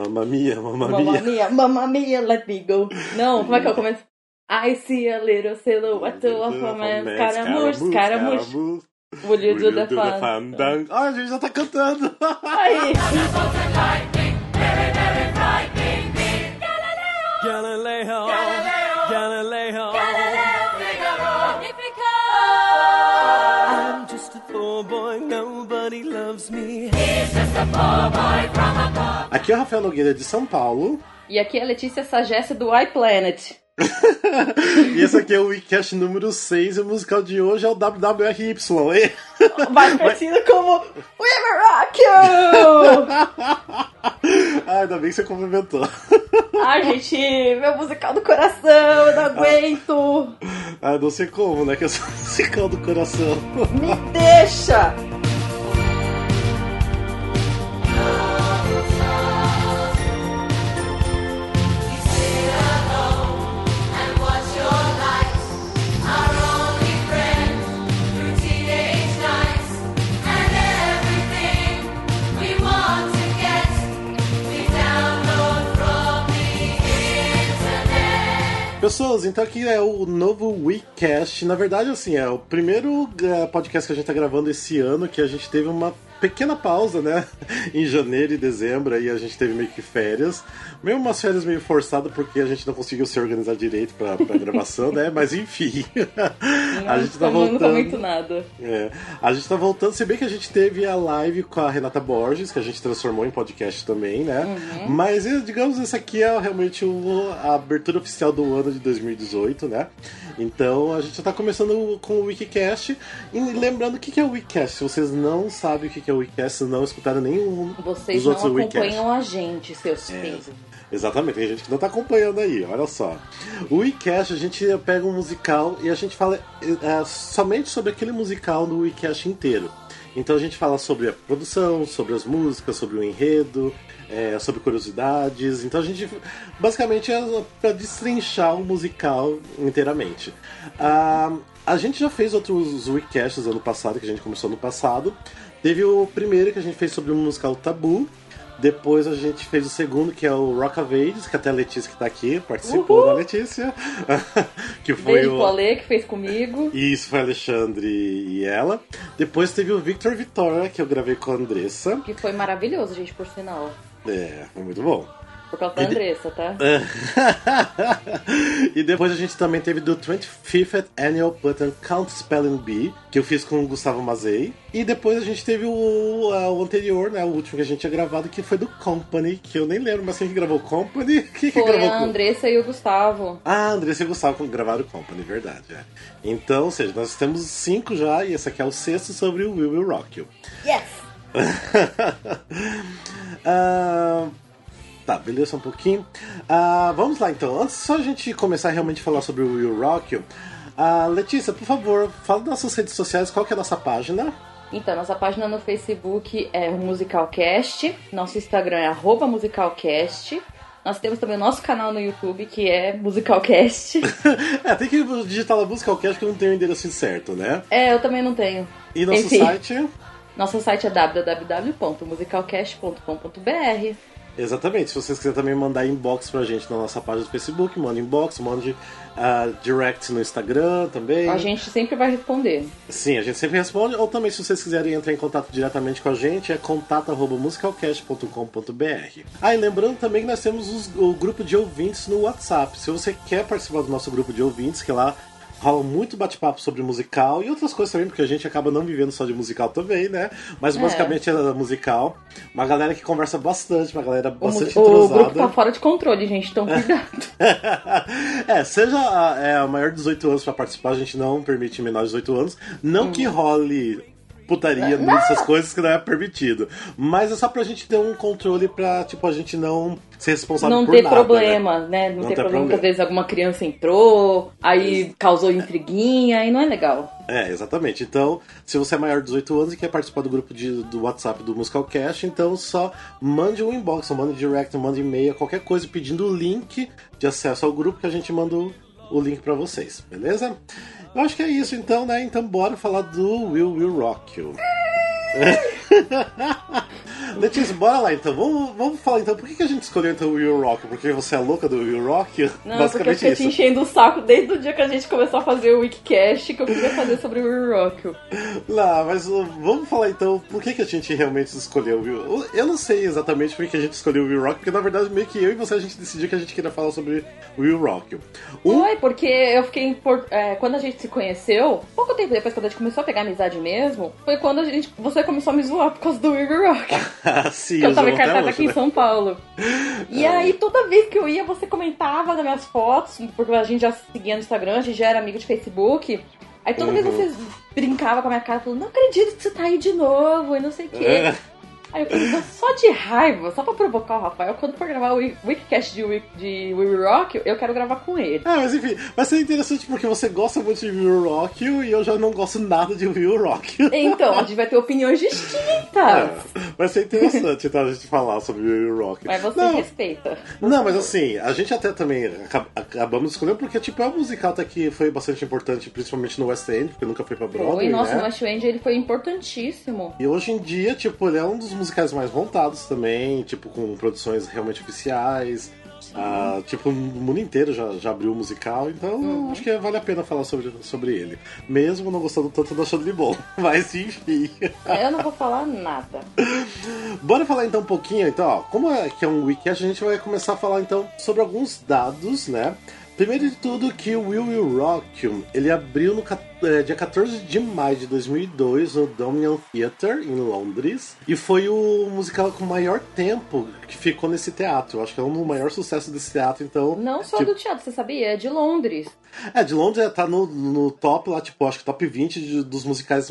Mamma mia, mamma Mamma mia. mia, mamma mia, let me go. Não, como é que é o começo? I see a little silhouette of a man. Scaramouche. Will you do the fandango? Ah, a gente já tá cantando. Aí. Galileo, Galileo, I'm just a poor boy, nobody loves me. Aqui é o Rafael Nogueira de São Paulo. E aqui é a Letícia Sagesse do iPlanet. E esse aqui é o WeCast número 6 e o musical de hoje é o WWRY. Mais conhecido como We Will Rock You! Ah, ainda bem que você complementou. Ai, gente, meu musical do coração, eu não aguento. Ah, não sei como, né? Que é só musical do coração. Me deixa! Pessoas, então aqui é o novo WeCast. Na verdade, assim, é o primeiro podcast que a gente tá gravando esse ano, que a gente teve uma pequena pausa, né? Em janeiro e dezembro, aí a gente teve meio que férias. Meio umas férias meio forçadas, porque a gente não conseguiu se organizar direito pra gravação, né? Mas enfim. A gente tá voltando. Não comento nada. É, a gente tá voltando, se bem que a gente teve a live com a Renata Borges, que a gente transformou em podcast também, né? Uhum. Mas, digamos, esse aqui é realmente a abertura oficial do ano de 2018, né? Então, a gente já tá começando com o WeCast. E lembrando o que é o WeCast. Se vocês não sabem o que é o WeCast, se não escutaram nenhum Vocês dos não outros acompanham a gente, seus filhos. Exatamente, tem gente que não tá acompanhando aí, olha só. O WeCast, a gente pega um musical e a gente fala somente sobre aquele musical no WeCast inteiro. Então a gente fala sobre a produção, sobre as músicas, sobre o enredo, sobre curiosidades. Então a gente, basicamente, é pra destrinchar o musical inteiramente. A gente já fez outros WeCasts ano passado, que a gente começou no passado. Teve o primeiro que a gente fez sobre o musical Tabu. Depois a gente fez o segundo, que é o Rock of Ages, que até a Letícia que tá aqui participou, da Letícia. Que foi Beijo pro Ale, que fez comigo. Isso, foi Alexandre e ela. Depois teve o Victor Vitória, que eu gravei com a Andressa. Que foi maravilhoso, gente, por sinal. Foi muito bom. Por causa da Andressa, tá? E depois a gente também teve do 25th Annual Button Count Spelling Bee, que eu fiz com o Gustavo Mazei. E depois a gente teve o anterior, né? O último que a gente tinha gravado, que foi do Company, que eu nem lembro, mas quem que gravou Company? Quem que foi gravou a Andressa e o Gustavo. Ah, a Andressa e o Gustavo gravaram o Company, verdade. Então, ou seja, nós temos 5 já, e esse aqui é o 6º sobre o We Will Rock You. Yes! Tá, beleza, só um pouquinho. Vamos lá então. Antes só a gente começar a realmente falar sobre o Will Rock You, Letícia, por favor, fala das nossas redes sociais, qual que é a nossa página? Então, nossa página no Facebook é o Musicalcast, nosso Instagram é @musicalcast. Nós temos também o nosso canal no YouTube, que é Musicalcast. Tem que digitar lá Musicalcast, que eu não tenho o endereço certo, né? Eu também não tenho. E nosso site? Nosso site é www.musicalcast.com.br. Exatamente, se vocês quiserem também mandar inbox pra gente na nossa página do Facebook, manda inbox, mande direct no Instagram também. A gente sempre vai responder. Sim, a gente sempre responde, ou também se vocês quiserem entrar em contato diretamente com a gente, é contato@musicalcast.com.br. E lembrando também que nós temos o grupo de ouvintes no WhatsApp. Se você quer participar do nosso grupo de ouvintes, que lá rola muito bate-papo sobre musical e outras coisas também, porque a gente acaba não vivendo só de musical também, né? Mas basicamente é musical. Uma galera que conversa bastante, uma galera bastante entrosada. O grupo tá fora de controle, gente, então cuidado. Seja maior de 18 anos pra participar, a gente não permite menor de 18 anos. Não que role putaria, essas coisas que não é permitido. Mas é só pra gente ter um controle pra, tipo, a gente não ser responsável não por ter nada, problema, né? Não ter problema que às vezes alguma criança entrou, aí causou intriguinha, aí não é legal. Exatamente. Então, se você é maior de 18 anos e quer participar do grupo do WhatsApp do Musicalcast, então só mande um inbox, ou mande direct, ou mande e-mail, qualquer coisa pedindo o link de acesso ao grupo que a gente manda o link pra vocês, beleza? Eu acho que é isso então, né? Então bora falar do We Will Rock You. Letícia, bora lá então. Vamos falar então. Por que a gente escolheu então o Will Rock? Porque você é louca do Will Rock? Não, Basicamente porque eu fiquei isso. te enchendo o saco desde o dia que a gente começou a fazer o Wikicast, que eu queria fazer sobre o Will Rock. Não, mas vamos falar então por que a gente realmente escolheu o Will. Eu não sei exatamente por que a gente escolheu o Will Rock, porque na verdade meio que eu e você a gente decidiu que a gente queria falar sobre o Will Rock. Foi, porque eu fiquei. Quando a gente se conheceu, pouco tempo depois, quando a gente começou a pegar amizade mesmo, foi quando você começou a me zoar por causa do Will Rock. Sim, que eu tava encartada hoje, aqui né? em São Paulo. E aí, toda vez que eu ia, você comentava nas minhas fotos, porque a gente já se seguia no Instagram, a gente já era amigo de Facebook. Aí toda vez você brincava com a minha cara, falando, não acredito que você tá aí de novo, e não sei o quê. Aí eu falei, só de raiva, só pra provocar o Rafael, quando for gravar o Wikicast de Will Rock, eu quero gravar com ele. Mas enfim, vai ser interessante porque você gosta muito de Will Rock e eu já não gosto nada de Will Rock. Então, a gente vai ter opiniões distintas. Vai ser interessante então, a gente falar sobre Will Rock. Mas você respeita. Não, mas assim, a gente até também acabamos escolhendo porque tipo, é um musical até que foi bastante importante, principalmente no West End, porque nunca foi pra Broadway, Nossa, né? no West End ele foi importantíssimo. E hoje em dia, tipo, ele é um dos musicais mais montados também, tipo, com produções realmente oficiais. Tipo, o mundo inteiro já abriu o musical, então acho que vale a pena falar sobre ele. Mesmo não gostando tanto da Show de bom. Mas enfim. Eu não vou falar nada. Bora falar então um pouquinho, então, ó, como é que é um Wikicast, a gente vai começar a falar então sobre alguns dados, né? Primeiro de tudo que o Will Rock, ele abriu no dia 14 de maio de 2002 no Dominion Theatre, em Londres, e foi o musical com maior tempo que ficou nesse teatro. Eu acho que é um dos maiores sucessos desse teatro, então... Não só do teatro, você sabia? É de Londres. De Londres tá no top lá, tipo, acho que top 20 dos musicais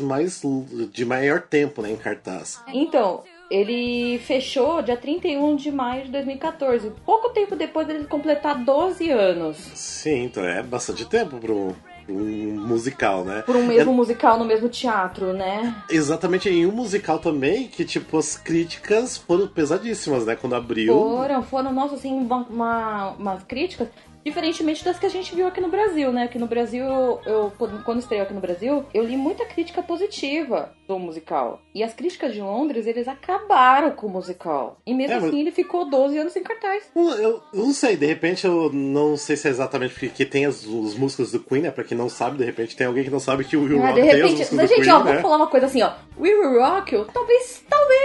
de maior tempo, né, em cartaz. Então... Ele fechou dia 31 de maio de 2014. Pouco tempo depois dele completar 12 anos. Sim, então é bastante tempo para um musical, né? Por um mesmo musical no mesmo teatro, né? Exatamente, em um musical também que, tipo, as críticas foram pesadíssimas, né? Quando abriu. Foram, nossa, assim, umas críticas... Diferentemente das que a gente viu aqui no Brasil, né? Aqui no Brasil, quando estreou aqui no Brasil, eu li muita crítica positiva do musical. E as críticas de Londres, eles acabaram com o musical. E mesmo assim, ele ficou 12 anos sem cartaz. Eu não sei, de repente eu não sei se é exatamente porque tem as músicas do Queen, né? Pra quem não sabe, de repente tem alguém que não sabe que o Will Rock tem as músicas do Queen, ó, né? vou falar uma coisa assim, ó. Will Rock talvez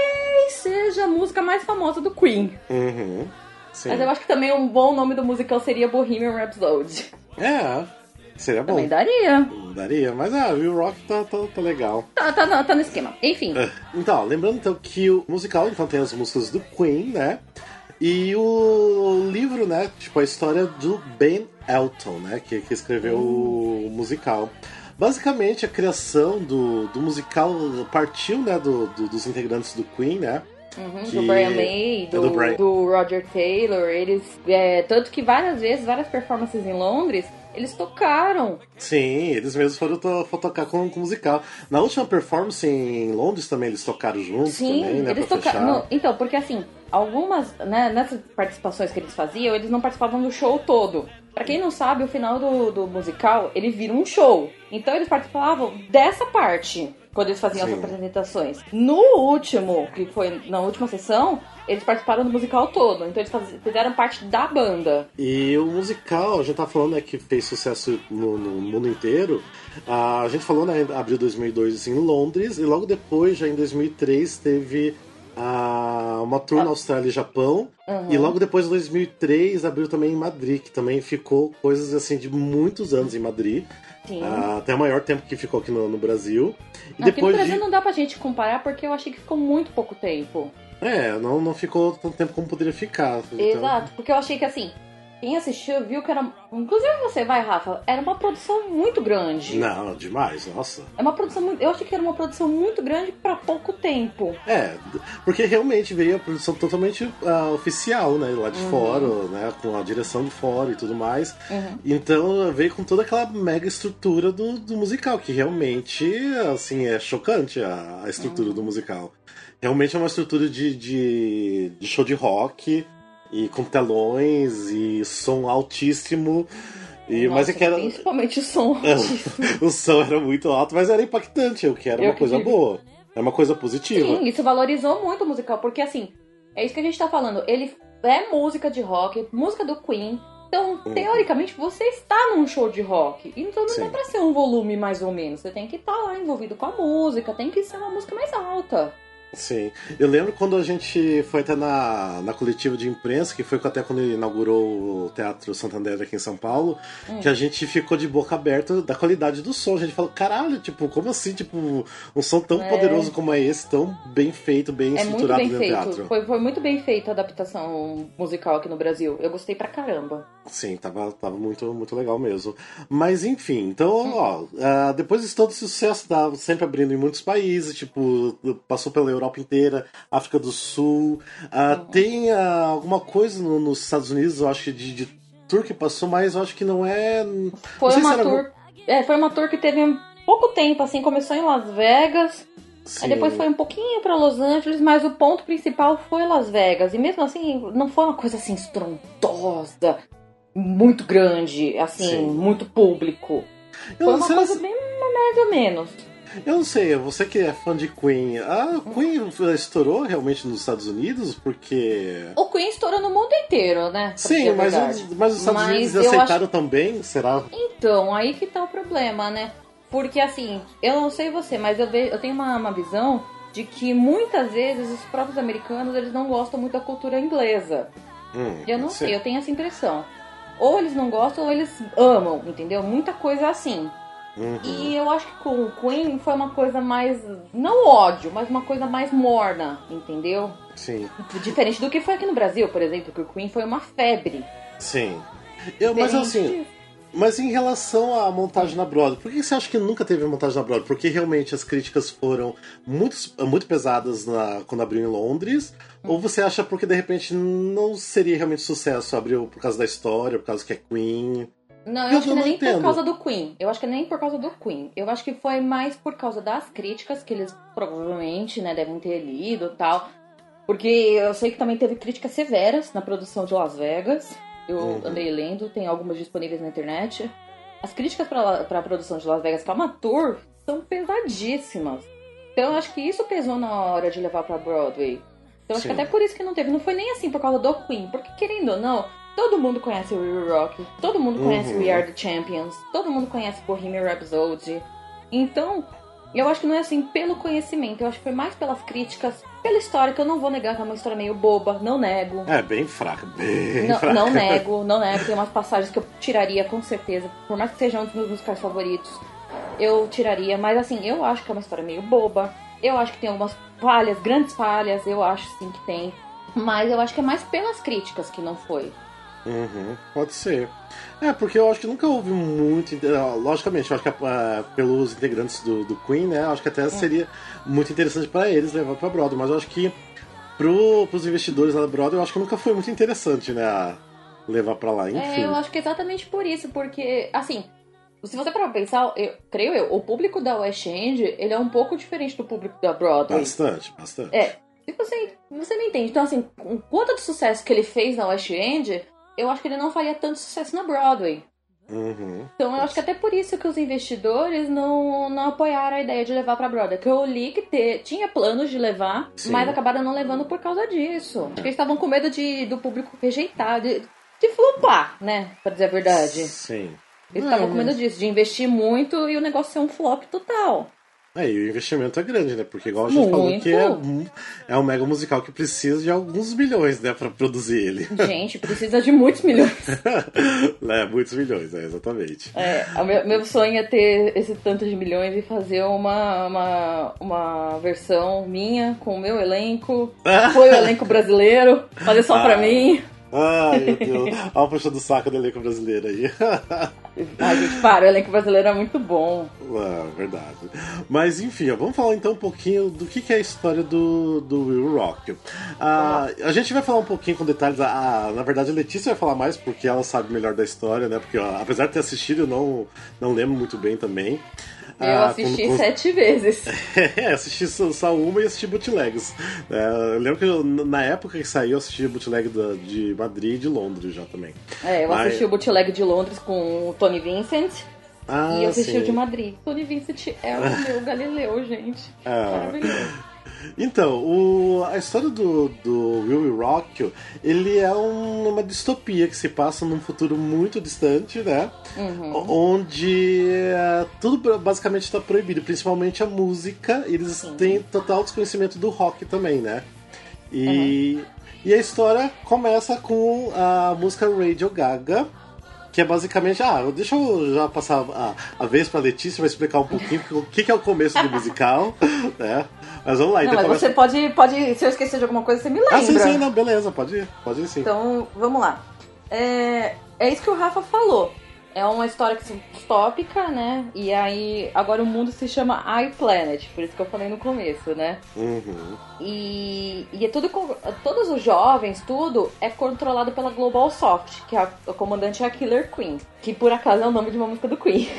seja a música mais famosa do Queen. Sim. Mas eu acho que também um bom nome do musical seria Bohemian Rhapsody. Seria bom. Também daria. Daria, mas Will Rock tá legal. Tá no esquema. Enfim. Então, lembrando então que o musical então tem as músicas do Queen, né? E o livro, né? Tipo, a história do Ben Elton, né? Que escreveu o musical. Basicamente, a criação do musical partiu, né? Dos integrantes do Queen, né? Do Brian May, do Roger Taylor, eles... tanto que várias performances em Londres, eles tocaram. Sim, eles mesmos foram tocar com musical. Na última performance em Londres também eles tocaram juntos. Sim, também, né? Eles tocaram. Então, porque assim, algumas, né, nessas participações que eles faziam, eles não participavam do show todo. Pra quem não sabe, o final do musical, ele vira um show. Então eles participavam dessa parte, quando eles faziam as apresentações. No último, que foi na última sessão, eles participaram do musical todo. Então eles fizeram parte da banda. E o musical, a gente tá falando, né, que fez sucesso no mundo inteiro. A gente falou, né, abril de 2002 em Londres. E logo depois, já em 2003, teve uma tour na Austrália e Japão. E logo depois, em 2003, abriu também em Madrid, que também ficou coisas assim de muitos anos em Madrid. Até o maior tempo que ficou aqui no Brasil. E aqui no Brasil não dá pra gente comparar, porque eu achei que ficou muito pouco tempo. Não ficou tanto tempo como poderia ficar. Exato, porque eu achei que assim, quem assistiu viu que era... Inclusive você, Rafa, era uma produção muito grande. Não, demais, nossa. É uma produção muito... Eu achei que era uma produção muito grande pra pouco tempo. Porque realmente veio a produção totalmente oficial, né? Lá de fora, né? Com a direção de fora e tudo mais. Então veio com toda aquela mega estrutura do musical, que realmente, assim, é chocante a estrutura do musical. Realmente é uma estrutura de show de rock... E com telões e som altíssimo. Mas é que era... Principalmente o som altíssimo. O som era muito alto, mas era impactante, o que era uma coisa boa. É uma coisa positiva. Sim, isso valorizou muito o musical, porque assim, é isso que a gente tá falando. Ele é música de rock, música do Queen. Então, teoricamente, você está num show de rock. Então não é pra ser um volume mais ou menos. Você tem que estar lá envolvido com a música, tem que ser uma música mais alta. Sim. Eu lembro quando a gente foi até na coletiva de imprensa, que foi até quando ele inaugurou o Teatro Santander aqui em São Paulo, que a gente ficou de boca aberta da qualidade do som. A gente falou, caralho, tipo, como assim? Tipo, um som tão poderoso como é esse, tão bem feito, bem estruturado no teatro. Foi muito bem feita a adaptação musical aqui no Brasil. Eu gostei pra caramba. Sim, tava muito, muito legal mesmo. Mas enfim, então, depois de todo esse sucesso, tá sempre abrindo em muitos países, tipo, passou pela Europa inteira, África do Sul. Tem alguma coisa nos Estados Unidos, eu acho que de tour que passou, mas eu acho que não é. Foi uma tour que teve pouco tempo, assim, começou em Las Vegas. Sim. Aí depois foi um pouquinho pra Los Angeles, mas o ponto principal foi Las Vegas. E mesmo assim, não foi uma coisa assim estrondosa, muito grande, assim, muito público. Foi uma coisa bem mais ou menos. Eu não sei, você que é fã de Queen, a Queen estourou realmente nos Estados Unidos? Porque... O Queen estourou no mundo inteiro, né? Sim, mas os Estados Unidos aceitaram também, será? Então, aí que tá o problema, né? Porque assim, eu não sei você, mas eu tenho uma visão de que muitas vezes os próprios americanos, eles não gostam muito da cultura inglesa. Eu não sei, eu tenho essa impressão. Ou eles não gostam ou eles amam, entendeu? Muita coisa assim. E eu acho que com o Queen foi uma coisa mais, não ódio, mas uma coisa mais morna, entendeu? Sim. Diferente do que foi aqui no Brasil, por exemplo, que o Queen foi uma febre. Sim. Mas assim, mas em relação à montagem na Broadway, por que você acha que nunca teve montagem na Broadway? Porque realmente as críticas foram muito pesadas quando abriu em Londres? Ou você acha porque de repente não seria realmente sucesso abriu por causa da história, por causa que é Queen? Não, eu acho que não é nem por causa do Queen. Eu acho que nem por causa do Queen. Eu acho que foi mais por causa das críticas que eles provavelmente, né, devem ter lido e tal. Porque eu sei que também teve críticas severas na produção de Las Vegas. Eu andei lendo, tem algumas disponíveis na internet. As críticas pra produção de Las Vegas, que é uma tour, são pesadíssimas. Então eu acho que isso pesou na hora de levar pra Broadway. Então acho que até por isso que não teve. Não foi nem assim por causa do Queen. Porque querendo ou não, todo mundo conhece o We Will Rock, todo mundo conhece We Are The Champions, todo mundo conhece Bohemian Rhapsody. Então, eu acho que não é assim pelo conhecimento, eu acho que foi mais pelas críticas, pela história, que eu não vou negar que é uma história meio boba, não nego. É, bem fraca, fraca. Não nego, tem umas passagens que eu tiraria com certeza, por mais que seja um dos meus musicais favoritos, eu tiraria, mas assim, eu acho que é uma história meio boba, eu acho que tem algumas falhas, grandes falhas, eu acho sim que tem, mas eu acho que é mais pelas críticas que não foi. Pode ser. Porque eu acho que nunca houve muito. Logicamente, eu acho que pelos integrantes do Queen, né? Eu acho que até seria muito interessante pra eles levar pra Broadway, mas eu acho que pros investidores lá da Broadway, eu acho que nunca foi muito interessante, né? Levar pra lá, enfim. Eu acho que é exatamente por isso, porque, assim, se você parar pra pensar, creio eu, o público da West End, ele é um pouco diferente do público da Broadway. Bastante. E você me entende. Então, assim, com quanto de sucesso que ele fez na West End, eu acho que ele não faria tanto sucesso na Broadway. Então eu acho que até por isso que os investidores não apoiaram a ideia de levar pra Broadway. Que eu li que tinha planos de levar, mas acabaram não levando por causa disso. Acho que eles estavam com medo do público rejeitar, de flopar, né? Pra dizer a verdade. Sim. Eles estavam com medo disso, de investir muito e o negócio ser um flop total. E o investimento é grande, né? Porque igual a gente falou que é um mega musical que precisa de alguns milhões, né? Pra produzir ele. Gente, precisa de muitos milhões. Muitos milhões, exatamente. Meu sonho é ter esse tanto de milhões e fazer uma versão minha com o meu elenco. Foi o elenco brasileiro, fazer só pra mim. Ai, meu Deus. Olha o puxa do saco do elenco brasileiro aí. Gente, o elenco brasileiro é muito bom. Verdade. Mas enfim, vamos falar então um pouquinho do que é a história do Will Rock. A gente vai falar um pouquinho com detalhes. Na verdade, a Letícia vai falar mais porque ela sabe melhor da história, né? Porque apesar de ter assistido, eu não lembro muito bem também. Eu assisti 7 vezes. Assisti só uma e assisti bootlegs. Eu lembro que na época que saiu, eu assisti bootleg de Madrid e de Londres já também. Eu assisti o bootleg de Londres com o Tony Vincent. E eu assisti sim. o de Madrid. Tony Vincent é o meu Galileu, gente. Maravilhoso. Então, a história do Will Rock, ele é uma distopia que se passa num futuro muito distante, né? Onde tudo basicamente está proibido, principalmente a música. Eles têm total desconhecimento do rock também, né? E a história começa com a música Radio Gaga, que é basicamente... deixa eu já passar a vez pra Letícia, vai explicar um pouquinho o que é o começo do musical, né? Mas vamos lá. Não, então mas você pode... Se eu esquecer de alguma coisa, você me lembra. Sim, não, beleza, pode ir sim. Então, vamos lá. É isso que o Rafa falou. É uma história distópica, né? E aí, agora o mundo se chama iPlanet, por isso que eu falei no começo, né? E é tudo... Todos os jovens, tudo é controlado pela Global Soft, que a comandante é a Killer Queen, que por acaso é o nome de uma música do Queen.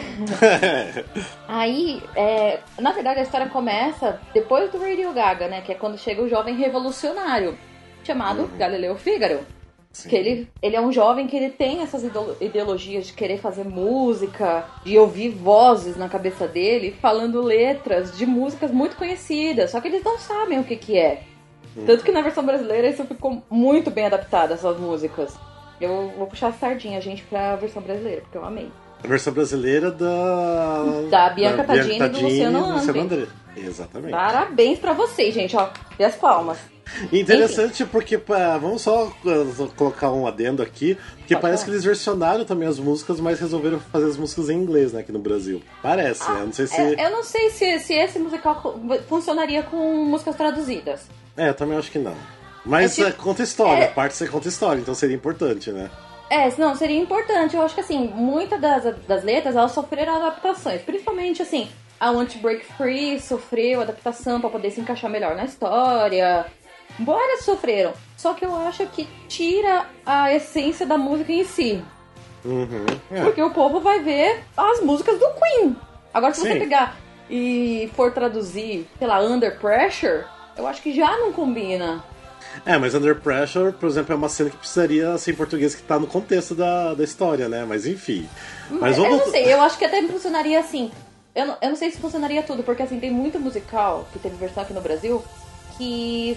Aí, na verdade, a história começa depois do Radio Gaga, né? Que é quando chega o jovem revolucionário, chamado Galileu Fígaro. Sim. Que ele é um jovem que ele tem essas ideologias de querer fazer música, de ouvir vozes na cabeça dele falando letras de músicas muito conhecidas, só que eles não sabem o que é. Tanto que na versão brasileira isso ficou muito bem adaptado, essas músicas. Eu vou puxar a sardinha, gente, pra versão brasileira, porque eu amei. A versão brasileira da Bianca Tadini e do Luciano André. Exatamente. Parabéns pra vocês, gente, ó. E as palmas. Interessante. Enfim. Porque, vamos só colocar um adendo aqui, porque parece que eles versionaram também as músicas, mas resolveram fazer as músicas em inglês, né, aqui no Brasil. Parece, né? Não sei se... eu não sei se esse musical funcionaria com músicas traduzidas. Eu também acho que não. Mas conta história, a parte você conta história, então seria importante, né? Não, seria importante. Eu acho que, assim, muitas das letras, elas sofreram adaptações. Principalmente, assim, a Want to Break Free sofreu adaptação pra poder se encaixar melhor na história. Várias sofreram. Só que eu acho que tira a essência da música em si. Porque o povo vai ver as músicas do Queen. Agora, se você pegar e for traduzir, sei lá, Under Pressure, eu acho que já não combina. Mas Under Pressure, por exemplo, é uma cena que precisaria ser em português, que tá no contexto da história, né? Mas enfim. Mas eu não sei, eu acho que até funcionaria assim. Eu não sei se funcionaria tudo, porque assim, tem muito musical que teve versão aqui no Brasil que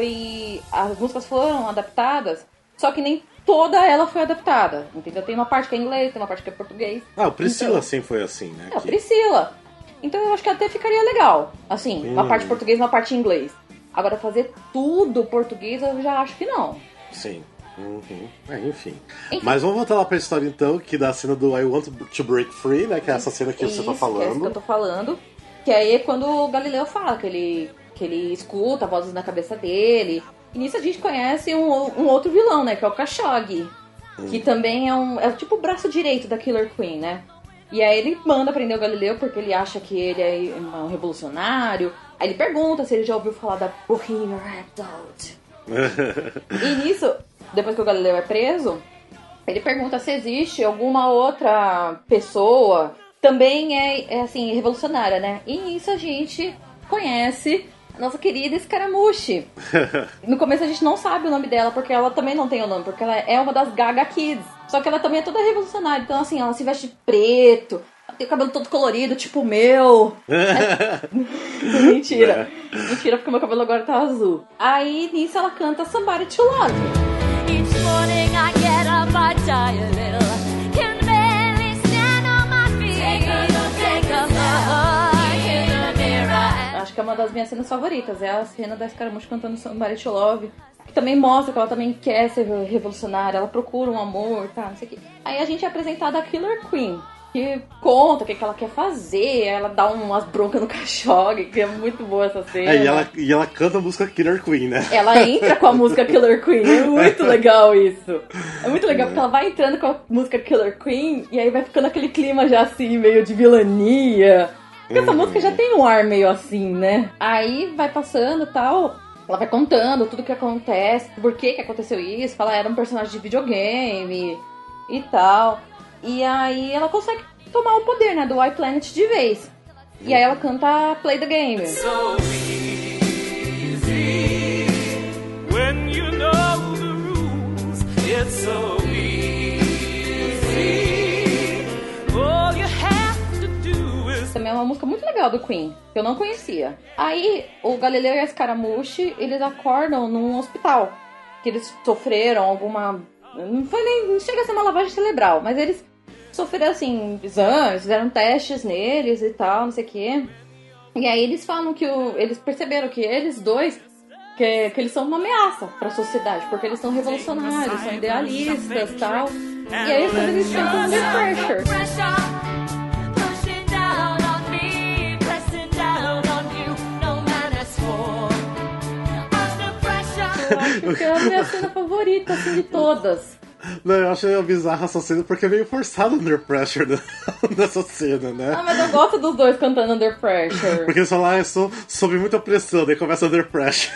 as músicas foram adaptadas, só que nem toda ela foi adaptada, entendeu? Tem uma parte que é inglês, tem uma parte que é português. O Priscila sim foi assim, né? O Priscila. Então eu acho que até ficaria legal, assim, uma parte português e uma parte inglês. Agora fazer tudo português eu já acho que não. Sim. Enfim. Mas vamos voltar lá pra história então, que da cena do I Want to Break Free, né? Que é essa cena que você tá falando. Que é isso que eu tô falando. Que aí é quando o Galileu fala que ele escuta vozes na cabeça dele. E nisso a gente conhece um outro vilão, né? Que é o Khashoggi. Que também é tipo o braço direito da Killer Queen, né? E aí ele manda prender o Galileu porque ele acha que ele é um revolucionário. Aí ele pergunta se ele já ouviu falar da Bohemian Rhapsody. E nisso, depois que o Galileu é preso, ele pergunta se existe alguma outra pessoa também é assim, revolucionária, né? E nisso a gente conhece a nossa querida Escaramuche. No começo a gente não sabe o nome dela, porque ela também não tem o nome, porque ela é uma das Gaga Kids. Só que ela também é toda revolucionária, então assim, ela se veste de preto, ela tem o cabelo todo colorido, tipo o meu. Mentira. Mentira, porque meu cabelo agora tá azul. Aí nisso ela canta Somebody to Love. Each morning I get up, I die a little. Can barely stand on my feet. Take a look in the mirror. Acho que é uma das minhas cenas favoritas. É a cena da Escaramuche cantando Somebody to Love. Que também mostra que ela também quer ser revolucionária. Ela procura um amor, tá, não sei o que. Aí a gente é apresentada a Killer Queen, que conta o que ela quer fazer. Ela dá umas broncas no Khashoggi, que é muito boa essa cena. E ela canta a música Killer Queen, né? Ela entra com a música Killer Queen. É muito legal isso. É muito legal porque ela vai entrando com a música Killer Queen e aí vai ficando aquele clima já assim, meio de vilania. Porque essa música já tem um ar meio assim, né? Aí vai passando e tal. Ela vai contando tudo o que acontece, por que aconteceu isso. Fala, era um personagem de videogame e tal. E aí ela consegue tomar o poder, né, do iPlanet de vez. E aí ela canta Play the Game. So easy when you know the rules. It's so easy. All you have uma música muito legal do Queen, que eu não conhecia. Aí, o Galileu e a Scaramucci, eles acordam num hospital, que eles sofreram alguma... Não chega a ser uma lavagem cerebral, mas eles sofreram, assim, exames, fizeram testes neles e tal, não sei o quê. E aí eles falam que eles perceberam que eles dois, que eles são uma ameaça pra sociedade, porque eles são revolucionários, são idealistas e tal. E aí quando eles cantam Under Pressure. Pushing down on me, pressing down on you, no man has for. Under pressure. Eu acho que é a minha cena favorita, assim, de todas. Não, eu achei bizarra essa cena porque é meio forçado Under Pressure nessa cena, né? Ah, mas eu gosto dos dois cantando Under Pressure. Porque eles falam, eu sou sob muita pressão, daí começa Under Pressure.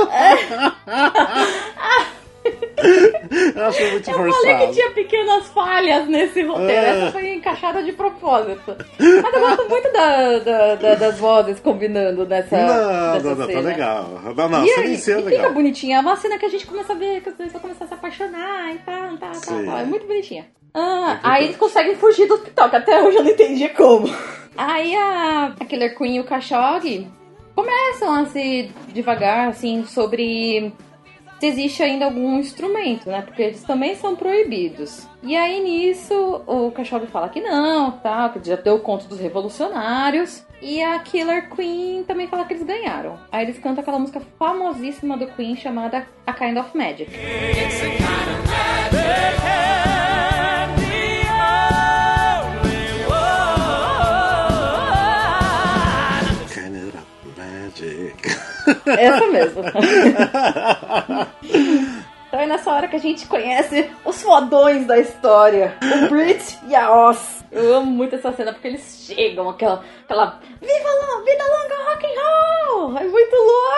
Eu achei muito forçado. Eu falei que tinha pequenas falhas nesse roteiro. Essa foi encaixada de propósito. Mas eu gosto muito das vozes combinando nessa Não, cena. tá legal. Não, E, cena aí, em si é e legal. fica bonitinha. É uma cena que a gente começa a ver, que as pessoas começam a se apaixonar e tal. É muito bonitinha. Aí eles conseguem fugir do hospital, que até hoje eu não entendi como. Aí a Killer Queen e o Khashoggi começam a se devagar, assim, sobre se existe ainda algum instrumento, né? Porque eles também são proibidos. E aí nisso o Khashoggi fala que não, tal, que já deu conta dos revolucionários. E a Killer Queen também fala que eles ganharam. Aí eles cantam aquela música famosíssima do Queen chamada A Kind of Magic. It's a kind of magic and the only one. Kind of magic. Essa mesmo. Então é nessa hora que a gente conhece os fodões da história. O Brit e a Oz. Eu amo muito essa cena porque eles chegam, aquela vida longa rock and roll! É muito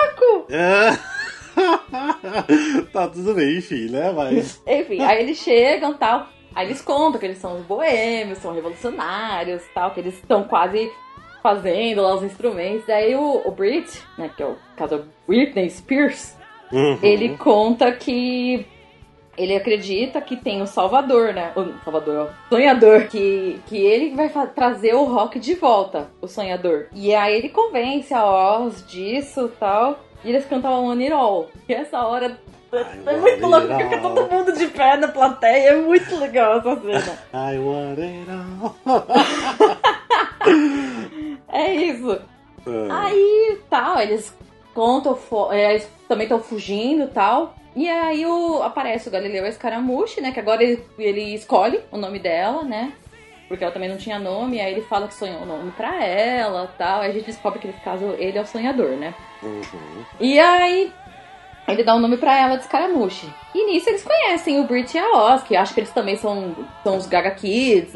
louco! Tá tudo bem, enfim, né? Mas. Enfim, aí eles chegam e tal. Aí eles contam que eles são os boêmios, são revolucionários tal, que eles estão quase fazendo lá os instrumentos. Daí o Brit, né, que é o caso Britney Spears, ele conta que ele acredita que tem o Salvador, né? O Sonhador. Que ele vai trazer o rock de volta, o Sonhador. E aí ele convence a Oz disso e tal. E eles cantam a One It All. E essa hora é muito louco, porque fica todo mundo de pé na plateia. É muito legal essa cena. I want it all. É isso. Aí, tal, eles contam, eles também estão fugindo e tal. E aí aparece o Galileu e a Scaramucci, né? Que agora ele escolhe o nome dela, né? Porque ela também não tinha nome. Aí ele fala que sonhou o nome pra ela e tal. Aí a gente descobre que nesse caso ele é o sonhador, né? E aí ele dá um nome pra ela de Scaramucci. E nisso eles conhecem o Brit e a Oz, que acho que eles também são os Gaga Kids.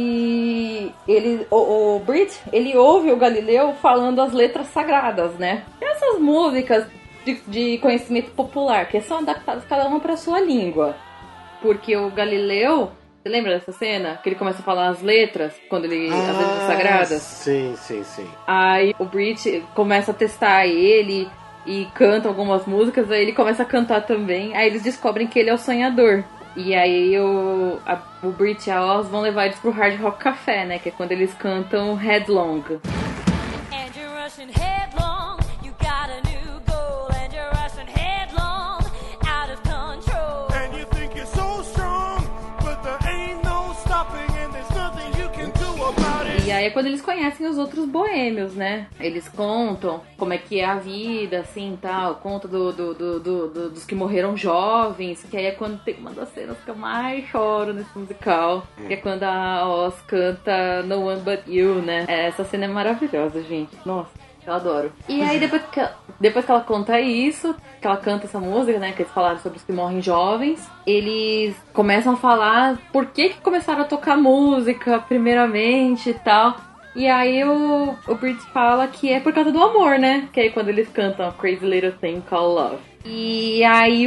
E o Brit, ele ouve o Galileu falando as letras sagradas, né? Essas músicas de conhecimento popular, que são adaptadas cada uma pra sua língua. Porque o Galileu... Você lembra dessa cena? Que ele começa a falar as letras, quando as letras sagradas? Sim. Aí o Brit começa a testar ele e canta algumas músicas, aí ele começa a cantar também. Aí eles descobrem que ele é o sonhador. E aí o Brit e a Oz vão levar eles pro Hard Rock Café, né? Que é quando eles cantam Headlong. And you're rushing headlong, you got a new goal, and you're rushing headlong, out of control. And you think you're so strong, but there ain't no stopping, and there's nothing you can do about it. E aí é quando eles conhecem os outros boêmios, né? Eles contam como é que é a vida, assim, tal. Conta dos que morreram jovens. Que aí é quando tem uma das cenas que eu mais choro nesse musical. Que é quando a Oz canta No One But You, né? Essa cena é maravilhosa, gente. Nossa, eu adoro. E aí depois que ela conta isso, que ela canta essa música, né? Que eles falaram sobre os que morrem jovens. Eles começam a falar por que começaram a tocar música primeiramente e tal. E aí o Brit fala que é por causa do amor, né? Que aí quando eles cantam Crazy Little Thing Called Love. E aí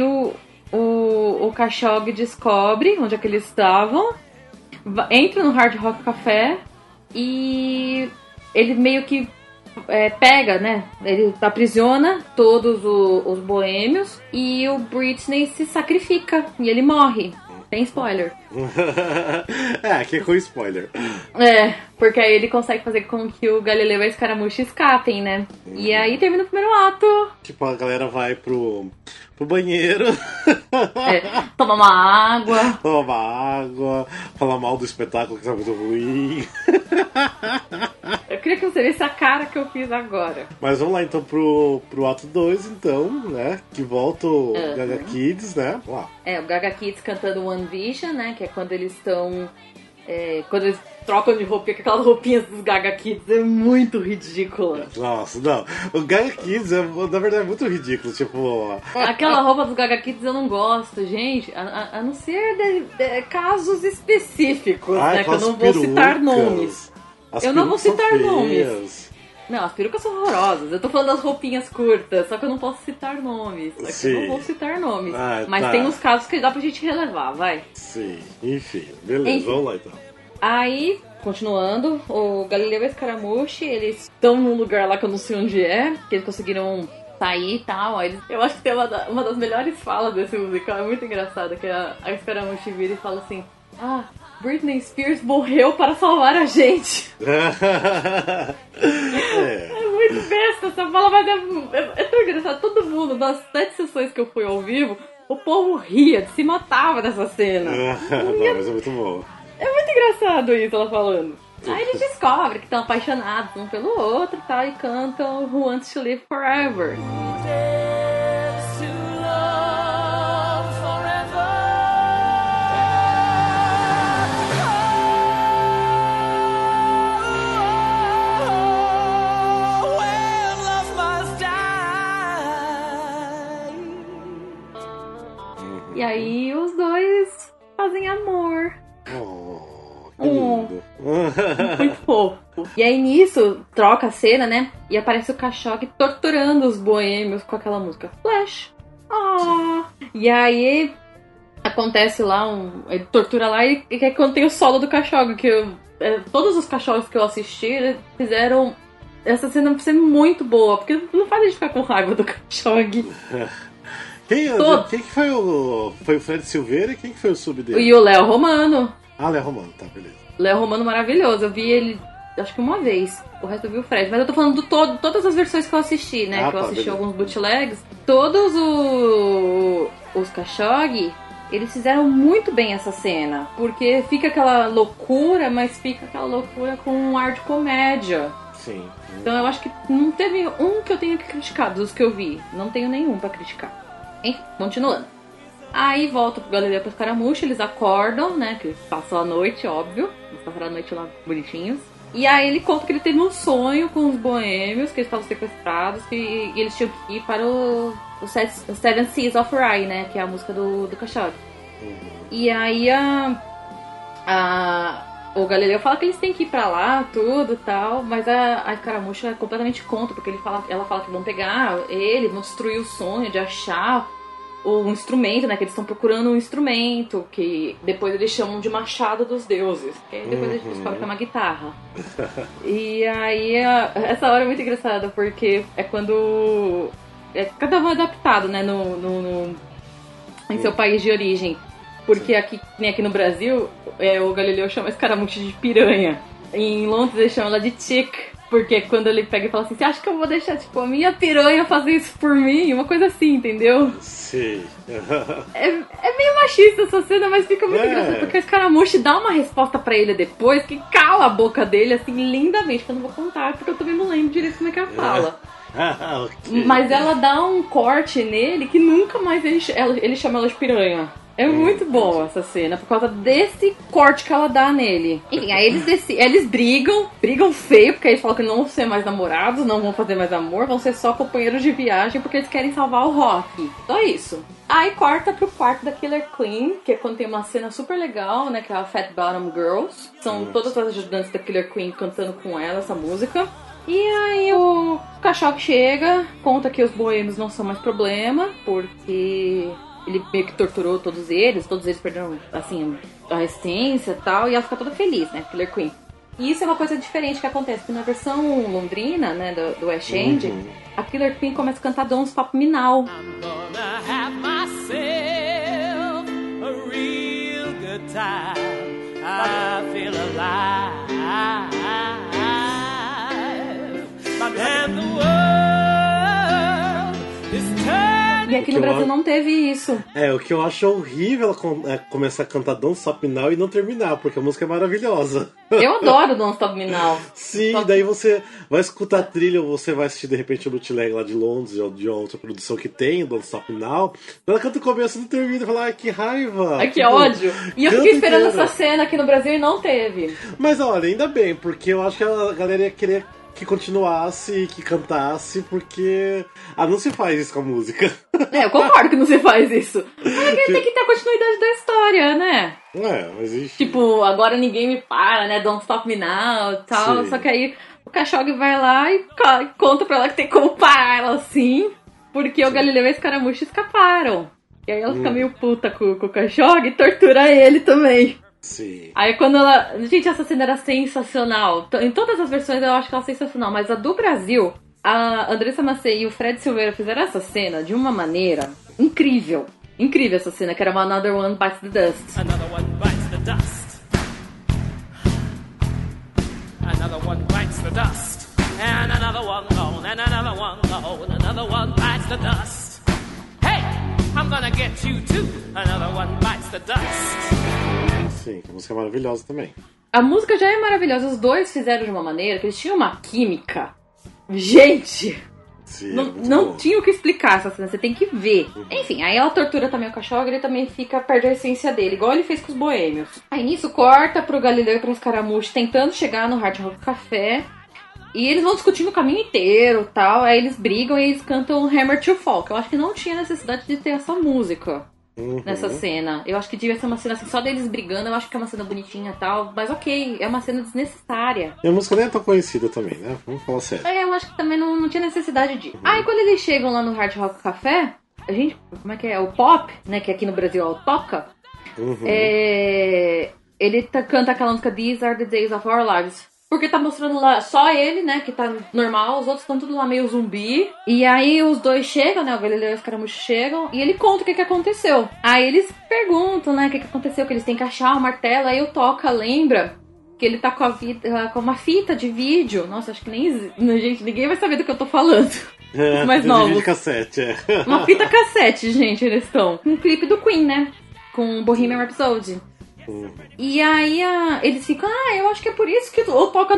o Khashoggi descobre onde é que eles estavam, entra no Hard Rock Café e ele meio que pega, né? Ele aprisiona todos os boêmios e o Britney se sacrifica e ele morre. Tem spoiler. Aqui é com spoiler. Porque aí ele consegue fazer com que o Galileu e a Escaramucha escapem, né? E aí termina o primeiro ato. Tipo, a galera vai pro banheiro. Toma uma água. Toma água, falar mal do espetáculo que tá muito ruim. Eu queria que você visse a cara que eu fiz agora. Mas vamos lá então pro ato 2, então, né? Que volta o Gaga Kids, né? Vamos lá. O Gaga Kids cantando One Vision, né? Que é quando eles estão... quando eles trocam de roupinha, que aquelas roupinhas dos Gaga Kids é muito ridícula. Nossa, não. O Gaga Kids, na verdade, é muito ridículo. Tipo... Aquela roupa dos Gaga Kids eu não gosto, gente. A não ser de casos específicos, né? Que eu não vou citar nomes. Eu não vou citar nomes. Não, as perucas são horrorosas. Eu tô falando das roupinhas curtas, só que eu não posso citar nomes. Eu não vou citar nomes. Mas tem uns casos que dá pra gente relevar, vai. Sim, enfim. Beleza, vamos lá então. Aí, continuando, o Galileu e a Escaramuche, eles estão num lugar lá que eu não sei onde é, que eles conseguiram sair e tal. Aí eu acho que tem uma das melhores falas desse musical, é muito engraçada, que a Escaramuche vira e fala assim: Britney Spears morreu para salvar a gente. É muito besta essa fala, mas é tão engraçado. Todo mundo, das 7 sessões que eu fui ao vivo, o povo ria, se matava dessa cena. Não, mas é muito bom. É muito engraçado isso, ela falando. Aí eles descobrem que estão apaixonados um pelo outro e tal, e cantam Who Wants to Live Forever. E aí os dois fazem amor. Que lindo. Muito fofo. E aí nisso, troca a cena, né? E aparece o Khashoggi torturando os boêmios com aquela música Flash. E aí acontece lá, ele tortura lá e é quando tem o solo do Khashoggi, que todos os Khashoggis que eu assisti, eles fizeram essa cena ser muito boa, porque não faz a gente ficar com raiva do Khashoggi. Quem que foi Foi o Fred Silveira e quem que foi o sub dele? E o Léo Romano. Léo Romano, tá, beleza. Léo Romano maravilhoso. Eu vi ele, acho que uma vez. O resto eu vi o Fred. Mas eu tô falando de todas as versões que eu assisti, né? Que eu assisti beleza. Alguns bootlegs. Todos os Khashoggi, eles fizeram muito bem essa cena. Porque fica aquela loucura, mas fica aquela loucura com um ar de comédia. Sim. Então eu acho que não teve um que eu tenha que criticar dos que eu vi. Não tenho nenhum pra criticar. Enfim, continuando. Aí volta pro Galileu e pro Escaramucha, eles acordam, né? Que eles passam a noite, óbvio. Eles passaram a noite lá bonitinhos. E aí ele conta que ele teve um sonho com os boêmios, que eles estavam sequestrados, e eles tinham que ir para o Seven Seas of Rhye, né? Que é a música do Khashoggi. E aí o Galileu fala que eles têm que ir pra lá, tudo e tal, mas a Escaramucha é completamente contra, porque ela fala que vão pegar ele, vão destruir o sonho de achar um instrumento, né? Que eles estão procurando um instrumento, que depois eles chamam de Machado dos Deuses, que aí depois eles descobrem que é uma guitarra. E aí, essa hora é muito engraçada, porque é quando... cada um é adaptado, né? Em seu país de origem. Porque nem aqui no Brasil, o Galileu chama a Escaramucha de piranha. Em Londres ele chama ela de chick, porque quando ele pega e fala assim, você acha que eu vou deixar, tipo, a minha piranha fazer isso por mim? Uma coisa assim, entendeu? Sim. É meio machista essa cena, mas fica muito engraçado, porque a Escaramucha dá uma resposta pra ele depois, que cala a boca dele, assim, lindamente, que eu não vou contar, porque eu também não lembro direito como é que ela fala. Okay. Mas ela dá um corte nele que nunca mais ele chama ela de piranha. É muito boa essa cena, por causa desse corte que ela dá nele. Enfim, aí eles brigam feio, porque eles falam que não vão ser mais namorados, não vão fazer mais amor, vão ser só companheiros de viagem, porque eles querem salvar o Rock. Só isso. Aí corta pro quarto da Killer Queen, que é quando tem uma cena super legal, né, que é a Fat Bottom Girls. São todas as ajudantes da Killer Queen cantando com ela essa música. E aí o Khashoggi chega, conta que os boêmios não são mais problema, porque... ele meio que torturou todos eles perderam, assim, a resistência e tal, e ela fica toda feliz, né, Killer Queen. E isso é uma coisa diferente que acontece, porque na versão londrina, né, do West End, a Killer Queen começa a cantar Don't Stop Me Now. I'm gonna have myself a real time I feel alive. And the world is turning. E aqui no Brasil não teve isso. O que eu acho horrível é começar a cantar Don't Stop Me Now e não terminar, porque a música é maravilhosa. Eu adoro Don't Stop Me Now. Sim, daí você vai escutar a trilha ou você vai assistir de repente o bootleg lá de Londres ou de outra produção que tem, Don't Stop Me Now. Ela canta o começo e não termina e fala, ai que raiva. Ai que ódio. E eu canta fiquei esperando inteira. essa cena aqui no Brasil e não teve. Mas olha, ainda bem, porque eu acho que a galera ia querer que continuasse, que cantasse, porque não se faz isso com a música. Eu concordo que não se faz isso. Mas tem que ter a continuidade da história, né? Mas enfim. Tipo, agora ninguém me para, né? Don't Stop Me Now e tal. Sim. Só que aí o Khashoggi vai lá e conta pra ela que tem como parar ela assim, porque o Galileu e a Escaramuça escaparam. E aí ela fica meio puta com o Khashoggi e tortura ele também. Sim. Aí quando ela... Gente, essa cena era sensacional. Em todas as versões eu acho que ela é sensacional, mas a do Brasil, a Andressa Maciel e o Fred Silveira fizeram essa cena de uma maneira incrível. Incrível essa cena, que era uma Another One Bites the Dust. Another one bites the dust. Another one bites the dust. And another one gone. And another one gone. Another one bites the dust. Hey, I'm gonna get you too. Another one bites the dust. Sim, a música é maravilhosa também. A música já é maravilhosa. Os dois fizeram de uma maneira que eles tinham uma química. Gente... Sim, Não tinha o que explicar essa cena, você tem que ver. Enfim, aí ela tortura também o Khashoggi, ele também perde a essência dele, igual ele fez com os boêmios. Aí nisso corta pro Galileu e pra Escaramuça tentando chegar no Hard Rock Café. E eles vão discutindo o caminho inteiro e tal. Aí eles brigam e eles cantam Hammer to Fall, que eu acho que não tinha necessidade de ter essa música nessa cena. Eu acho que devia ser uma cena assim, só deles brigando. Eu acho que é uma cena bonitinha e tal. Mas ok, é uma cena desnecessária. E a música nem é tão conhecida também, né? Vamos falar sério. Eu acho que também não tinha necessidade disso. Aí quando eles chegam lá no Hard Rock Café, a gente, como é que é? O Pop, né? Que aqui no Brasil é o Toca. Ele canta aquela música These Are the Days of Our Lives. Porque tá mostrando lá só ele, né? Que tá normal, os outros estão tudo lá meio zumbi. E aí os dois chegam, né? O Galileu e os Escaramuça chegam. E ele conta o que aconteceu. Aí eles perguntam, né? O que aconteceu, que eles têm que achar o martelo. Aí o Toca lembra que ele tá com uma fita de vídeo. Nossa, acho que nem... Gente, ninguém vai saber do que eu tô falando. Os mais novos. Vídeo cassete, Uma fita cassete, gente, eles estão. Um clipe do Queen, né? Com Bohemian Rhapsody. E aí eles ficam, eu acho que é por isso que o Toca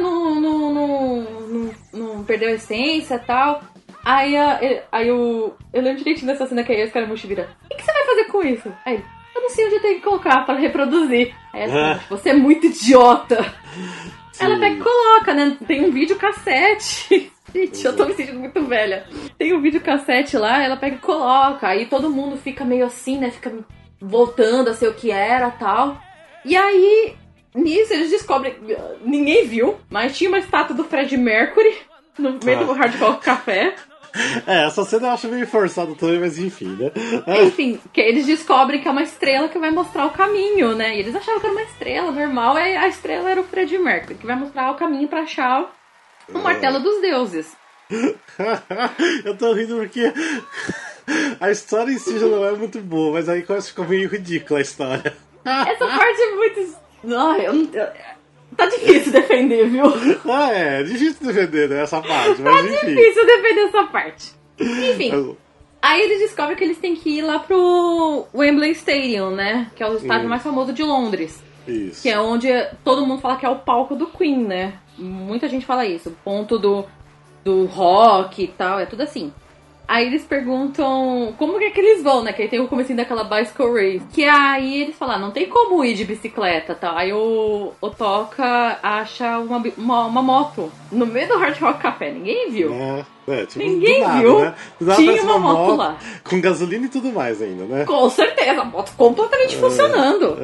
não perdeu a essência e tal. Aí eu lembro direitinho dessa cena que aí os Escaramuça vira, o que você vai fazer com isso? Aí eu não sei onde eu tenho que colocar pra reproduzir. Aí ela você é muito idiota. Sim. Ela pega e coloca, né? Tem um vídeo cassete. Gente, eu tô me sentindo muito velha. Tem um vídeo cassete lá, ela pega e coloca. Aí todo mundo fica meio assim, né? Fica voltando a ser o que era e tal. E aí, nisso, eles descobrem... Ninguém viu, mas tinha uma estátua do Freddie Mercury no meio do Hard Rock Café. Essa cena eu acho meio forçada também, mas enfim, né? Enfim, que eles descobrem que é uma estrela que vai mostrar o caminho, né? E eles achavam que era uma estrela normal, e a estrela era o Freddie Mercury, que vai mostrar o caminho pra achar o martelo dos deuses. Eu tô rindo porque a história em si já não é muito boa, mas aí começa a ficar meio ridícula a história. Essa parte é muito... Tá difícil defender, viu? É difícil defender, né, essa parte, mas Tá enfim. difícil defender essa parte. Enfim, aí eles descobrem que eles têm que ir lá pro Wembley Stadium, né? Que é o estádio mais famoso de Londres. Isso. Que é onde todo mundo fala que é o palco do Queen, né? Muita gente fala isso. O ponto do rock e tal, é tudo assim. Aí eles perguntam como que eles vão, né? Que aí tem o comecinho daquela bicycle race. Que aí eles falam, não tem como ir de bicicleta, tá? Aí o Toca acha uma moto no meio do Hard Rock Café. Ninguém viu. Tipo, Ninguém do nada, viu. Né? Do nada Tinha aparece uma moto lá. Com gasolina e tudo mais ainda, né? Com certeza, a moto completamente funcionando.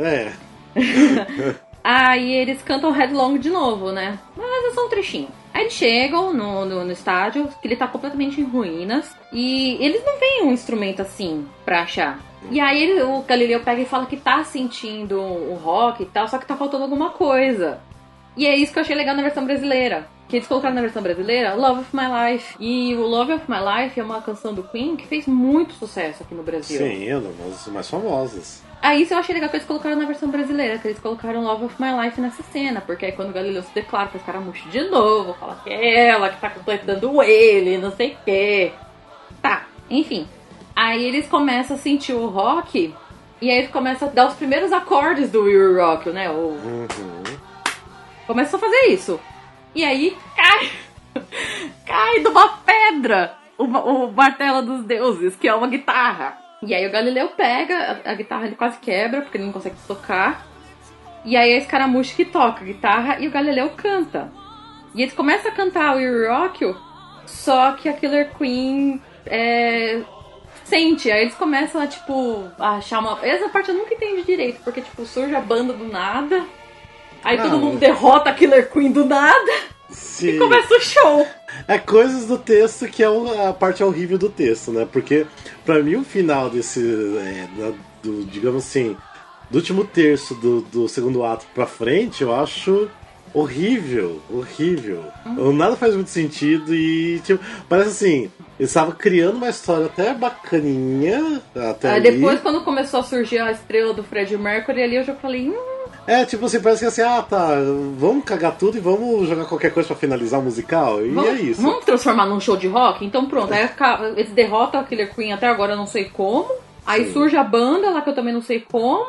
Aí eles cantam Headlong de novo, né? Mas é só um trechinho. Aí eles chegam no estádio, que ele tá completamente em ruínas. E eles não veem um instrumento assim pra achar. E aí o Galileu pega e fala que tá sentindo o rock e tal, só que tá faltando alguma coisa. E é isso que eu achei legal na versão brasileira. que eles colocaram na versão brasileira, Love of My Life. E o Love of My Life é uma canção do Queen que fez muito sucesso aqui no Brasil. Sim, é uma das mais famosas. Aí isso eu achei legal que eles colocaram na versão brasileira, que eles colocaram Love of My Life nessa cena, porque aí quando o Galileu se declara pra Escaramuche de novo, fala que é ela que tá completando ele, não sei o quê. Tá, enfim. Aí eles começam a sentir o rock, e aí eles começam a dar os primeiros acordes do We Will Rock You, né? Começam a fazer isso. E aí cai de uma pedra o martelo dos deuses, que é uma guitarra. E aí o Galileu pega, a guitarra ele quase quebra, porque ele não consegue tocar. E aí é a Escaramuche que toca a guitarra e o Galileu canta. E eles começam a cantar o We Will Rock You, só que a Killer Queen sente. Aí eles começam a, tipo, a achar uma... Essa parte eu nunca entendi direito, porque, tipo, surge a banda do nada. Aí todo mundo derrota a Killer Queen do nada. Sim. E começa o show. É coisas do texto que é a parte horrível do texto, né? Porque, pra mim, o final desse... digamos assim, do último terço do segundo ato pra frente, eu acho horrível. Nada faz muito sentido e, tipo, parece assim... Eles estavam criando uma história até bacaninha. Até ali. Depois, quando começou a surgir a estrela do Freddie Mercury ali, eu já falei... tipo assim, parece que assim, tá, vamos cagar tudo e vamos jogar qualquer coisa pra finalizar o musical. E é isso. Vamos transformar num show de rock? Então pronto, aí eles derrotam a Killer Queen até agora, eu não sei como. Aí surge a banda lá, que eu também não sei como.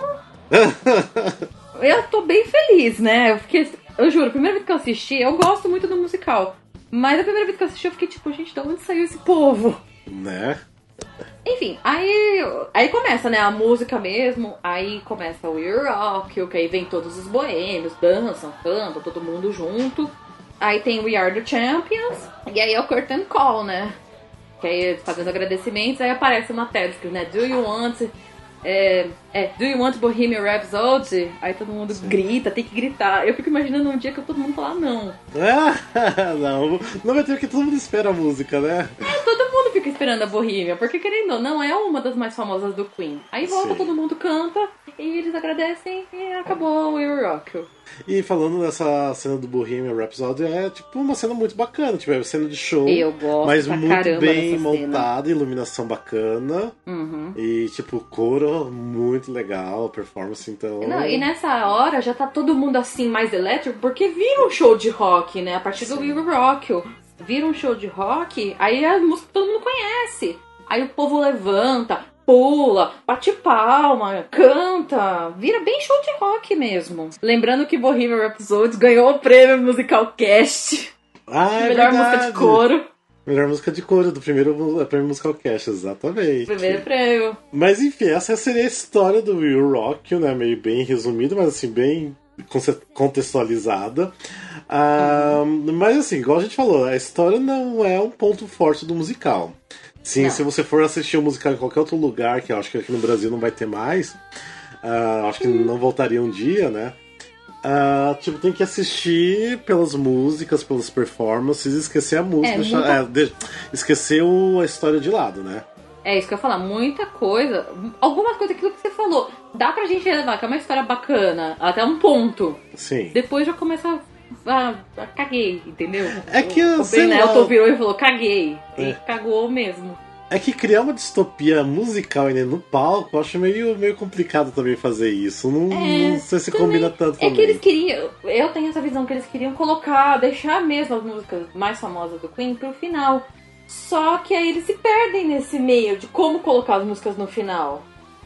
Eu tô bem feliz, né? Eu juro, a primeira vez que eu assisti, eu gosto muito do musical. Mas a primeira vez que eu assisti, eu fiquei tipo, gente, de onde saiu esse povo? Né? Enfim, aí começa, né, a música mesmo, aí começa o We Will Rock You, que aí vem todos os boêmios, dançam, cantam, todo mundo junto. Aí tem We Are The Champions, e aí é o Curtain Call, né? Que aí fazendo agradecimentos, aí aparece na tela, né, Do you want Bohemian Rhapsody? Aí todo mundo grita, tem que gritar. Eu fico imaginando um dia que todo mundo falar não. Não vai ter, porque todo mundo espera a música, né? Todo mundo fica esperando a Bohemian, porque querendo ou não, é uma das mais famosas do Queen. Aí volta, todo mundo canta, e eles agradecem, e acabou o We Will Rock You. E falando dessa cena do Bohemian Rhapsody, é tipo uma cena muito bacana, tipo, é uma cena de show, eu gosto, mas muito bem montada, cena. Iluminação bacana, e tipo, coro muito legal, performance, então... Não, e nessa hora já tá todo mundo assim, mais elétrico, porque vira um show de rock, né, a partir do We Will Rock You. Vira um show de rock, aí a música todo mundo conhece. Aí o povo levanta, pula, bate palma, canta. Vira bem show de rock mesmo. Lembrando que Bohemian Rhapsody ganhou o prêmio Musical Cast. Melhor música de coro. Melhor música de coro do primeiro prêmio Musical Cast, exatamente. Primeiro prêmio. Mas enfim, essa seria a história do We Will Rock You, né? Meio bem resumido, mas assim, bem contextualizada. Mas assim, igual a gente falou, a história não é um ponto forte do musical. Sim, se você for assistir o musical em qualquer outro lugar, que eu acho que aqui no Brasil não vai ter mais, acho que não voltaria um dia, né? Tipo, tem que assistir pelas músicas, pelas performances, esquecer a música, esquecer a história de lado, né? É isso que eu ia falar, muita coisa, algumas coisas, aquilo que você falou, dá pra gente levar, que é uma história bacana, até um ponto. Sim. Depois já começa caguei, entendeu? É que o Ben Elton virou e falou, caguei. E cagou mesmo. É que criar uma distopia musical ainda no palco, eu acho meio complicado também fazer isso. Não sei se também, combina tanto também. É que eles queriam, eu tenho essa visão que eles queriam deixar mesmo as músicas mais famosas do Queen pro final. Só que aí eles se perdem nesse meio de como colocar as músicas no final.